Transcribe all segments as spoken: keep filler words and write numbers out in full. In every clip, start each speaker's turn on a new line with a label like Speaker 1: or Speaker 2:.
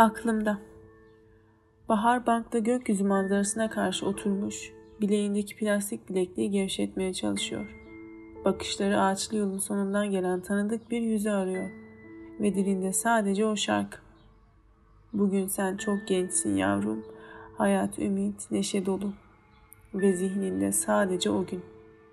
Speaker 1: Aklımda. Bahar bankta gökyüzü manzarasına karşı oturmuş, bileğindeki plastik bilekliği gevşetmeye çalışıyor. Bakışları ağaçlı yolun sonundan gelen tanıdık bir yüzü arıyor ve dilinde sadece o şarkı. Bugün sen çok gençsin yavrum, hayat, ümit, neşe dolu ve zihninde sadece o gün.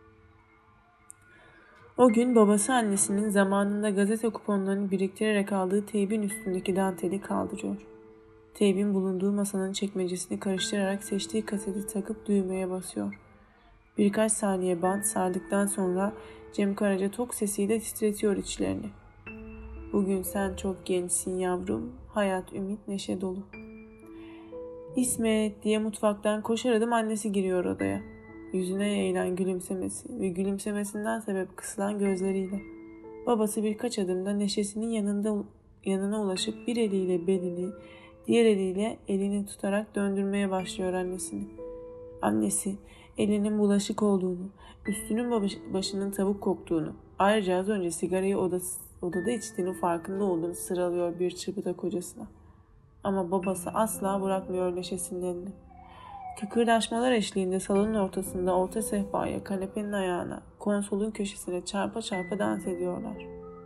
Speaker 1: O gün babası annesinin zamanında gazete kuponlarını biriktirerek aldığı teybin üstündeki danteli kaldırıyor. Teybin bulunduğu masanın çekmecesini karıştırarak seçtiği kaseti takıp düğmeye basıyor. Birkaç saniye bant sardıktan sonra Cem Karaca tok sesiyle titretiyor içlerini. Bugün sen çok gençsin yavrum, hayat, ümit, neşe dolu. İsmet diye mutfaktan koşar adım annesi giriyor odaya. Yüzüne yayılan gülümsemesi ve gülümsemesinden sebep kısılan gözleriyle. Babası birkaç adımda neşesinin yanında yanına ulaşıp bir eliyle belini, diğer eliyle elini tutarak döndürmeye başlıyor annesini. Annesi elinin bulaşık olduğunu, üstünün başının tavuk koktuğunu, ayrıca az önce sigarayı odası, odada içtiğinin farkında olduğunu sıralıyor bir çırpıda kocasına. Ama babası asla bırakmıyor neşesinin elini. Kıkırdaşmalar eşliğinde salonun ortasında orta sehpaya, kanepenin ayağına, konsolun köşesine çarpa çarpa dans ediyorlar.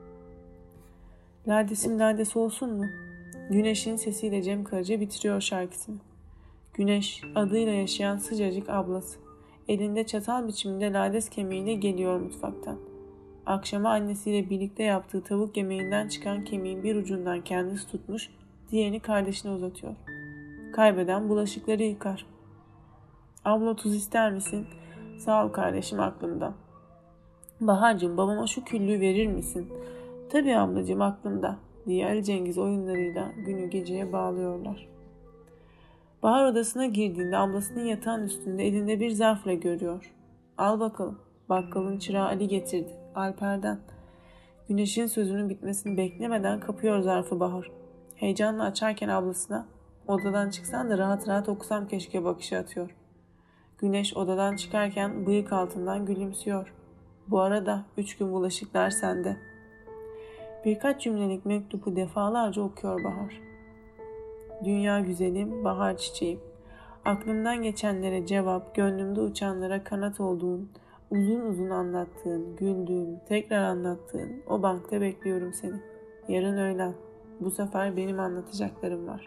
Speaker 1: Lades'in ladesi olsun mu? Güneş'in sesiyle Cem Karaca bitiriyor şarkısını. Güneş, adıyla yaşayan sıcacık ablası. Elinde çatal biçiminde lades kemiğiyle geliyor mutfaktan. Akşama annesiyle birlikte yaptığı tavuk yemeğinden çıkan kemiğin bir ucundan kendisi tutmuş, diğerini kardeşine uzatıyor. Kaybeden bulaşıkları yıkar. Abla tuz ister misin? Sağ ol kardeşim, aklımda. Bahar'cığım, babama şu küllüğü verir misin? Tabii ablacığım, aklımda diye Ali Cengiz oyunlarıyla günü geceye bağlıyorlar. Bahar odasına girdiğinde ablasının yatağın üstünde elinde bir zarfla görüyor. Al bakalım, bakkalın çırağı Ali getirdi, Alper'den. Güneşin sözünün bitmesini beklemeden kapıyor zarfı Bahar. Heyecanla açarken ablasına, odadan çıksan da rahat rahat okusam keşke bakışı atıyor. Güneş odadan çıkarken bıyık altından gülümsüyor. Bu arada üç gün bulaşıklar sende. Birkaç cümlelik mektubu defalarca okuyor Bahar. Dünya güzelim, bahar çiçeğim. Aklımdan geçenlere cevap, gönlümde uçanlara kanat olduğun, uzun uzun anlattığın, güldüğün, tekrar anlattığın o bankta bekliyorum seni. Yarın öğlen. Bu sefer benim anlatacaklarım var.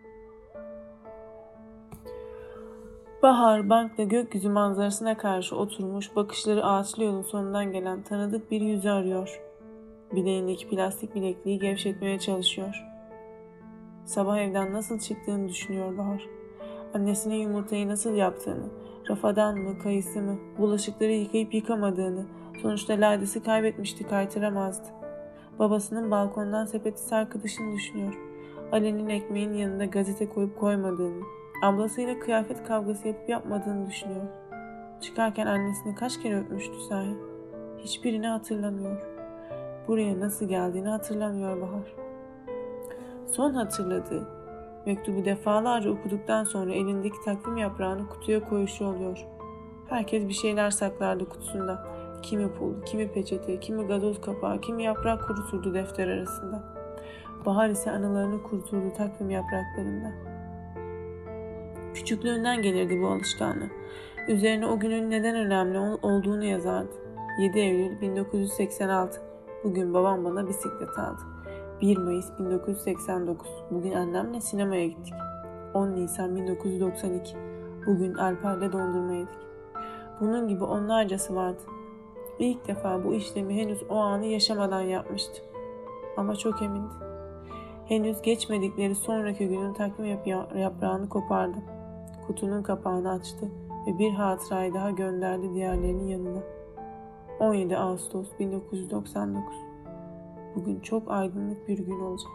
Speaker 1: Bahar bankta gökyüzü manzarasına karşı oturmuş, bakışları ağaçlı yolun sonundan gelen tanıdık bir yüzü arıyor. Bileğindeki plastik bilekliği gevşetmeye çalışıyor. Sabah evden nasıl çıktığını düşünüyor Bahar. Annesinin yumurtayı nasıl yaptığını, rafadan mı, kayısı mı, bulaşıkları yıkayıp yıkamadığını, sonuçta ladesi kaybetmişti, kaytıramazdı. Babasının balkondan sepeti sarkıtışını düşünüyor. Ali'nin ekmeğin yanında gazete koyup koymadığını, ablasıyla kıyafet kavgası yapıp yapmadığını düşünüyor. Çıkarken annesini kaç kere öpmüştü sahi? Hiçbirini hatırlamıyor. Buraya nasıl geldiğini hatırlamıyor Bahar. Son hatırladığı, mektubu defalarca okuduktan sonra elindeki takvim yaprağını kutuya koyuşu oluyor. Herkes bir şeyler saklardı kutusunda. Kimi pul, kimi peçete, kimi gazoz kapağı, kimi yaprak kuruturdu defter arasında. Bahar ise anılarını kuruturdu takvim yapraklarında. Küçüklüğünden gelirdi bu alışkanlığı. Üzerine o günün neden önemli olduğunu yazardı. yedi Eylül bin dokuz yüz seksen altı. Bugün babam bana bisiklet aldı. bir Mayıs bin dokuz yüz seksen dokuz. Bugün annemle sinemaya gittik. on Nisan bin dokuz yüz doksan iki. Bugün Alper'le dondurma yedik. Bunun gibi onlarcası vardı. İlk defa bu işlemi henüz o anı yaşamadan yapmıştı. Ama çok emindi. Henüz geçmedikleri sonraki günün takvim yaprağını kopardı. Kutunun kapağını açtı ve bir hatırayı daha gönderdi diğerlerinin yanına. on yedi Ağustos bin dokuz yüz doksan dokuz. Bugün çok aydınlık bir gün olacak.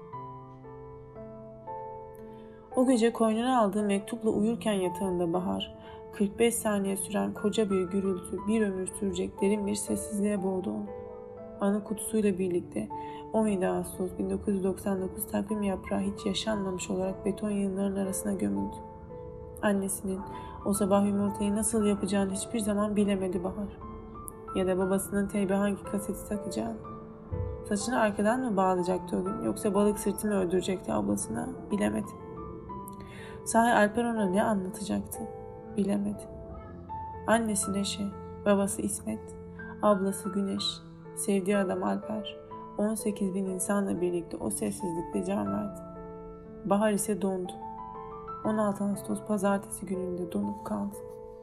Speaker 1: O gece koynuna aldığı mektupla uyurken yatağında Bahar, kırk beş saniye süren koca bir gürültü bir ömür sürecek derin bir sessizliğe boğdu onu. Anı kutusuyla birlikte on yedi Ağustos bin dokuz yüz doksan dokuz takvim yaprağı hiç yaşanmamış olarak beton yığınların arasına gömüldü. Annesinin o sabah yumurtayı nasıl yapacağını hiçbir zaman bilemedi Bahar. Ya da babasının teybe hangi kaseti takacağını. Saçını arkadan mı bağlayacaktı o gün, yoksa balık sırtı mı öldürecekti ablasına? Bilemedi. Sahi Alper ona ne anlatacaktı? Bilemedi. Annesi Neşe, babası İsmet, ablası Güneş, sevdiği adam Alper, on sekiz bin insanla birlikte o sessizlikte can verdi. Bahar ise dondu. on altı Ağustos pazartesi gününde donup kaldı.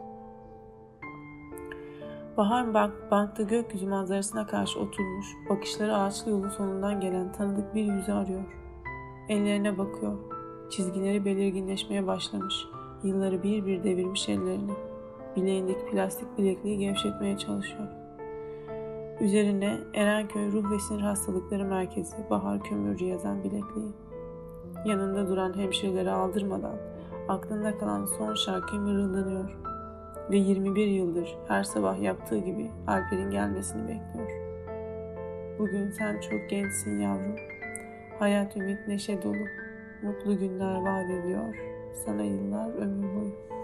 Speaker 1: Bahar bank, bankta gökyüzü manzarasına karşı oturmuş, bakışları ağaçlı yolun sonundan gelen tanıdık bir yüzü arıyor. Ellerine bakıyor. Çizgileri belirginleşmeye başlamış. Yılları bir bir devirmiş ellerini. Bileğindeki plastik bilekliği gevşetmeye çalışıyor. Üzerine Erenköy Ruh ve Sinir Hastalıkları Merkezi Bahar Kömürcü yazan bilekliği. Yanında duran hemşireleri aldırmadan aklında kalan son şarkı mırıldanıyor. Ve yirmi bir yıldır her sabah yaptığı gibi Alper'in gelmesini bekliyor. Bugün sen çok gençsin yavrum. Hayat ümit neşe dolu. Mutlu günler vaat ediyor. Sana yıllar ömür boyu.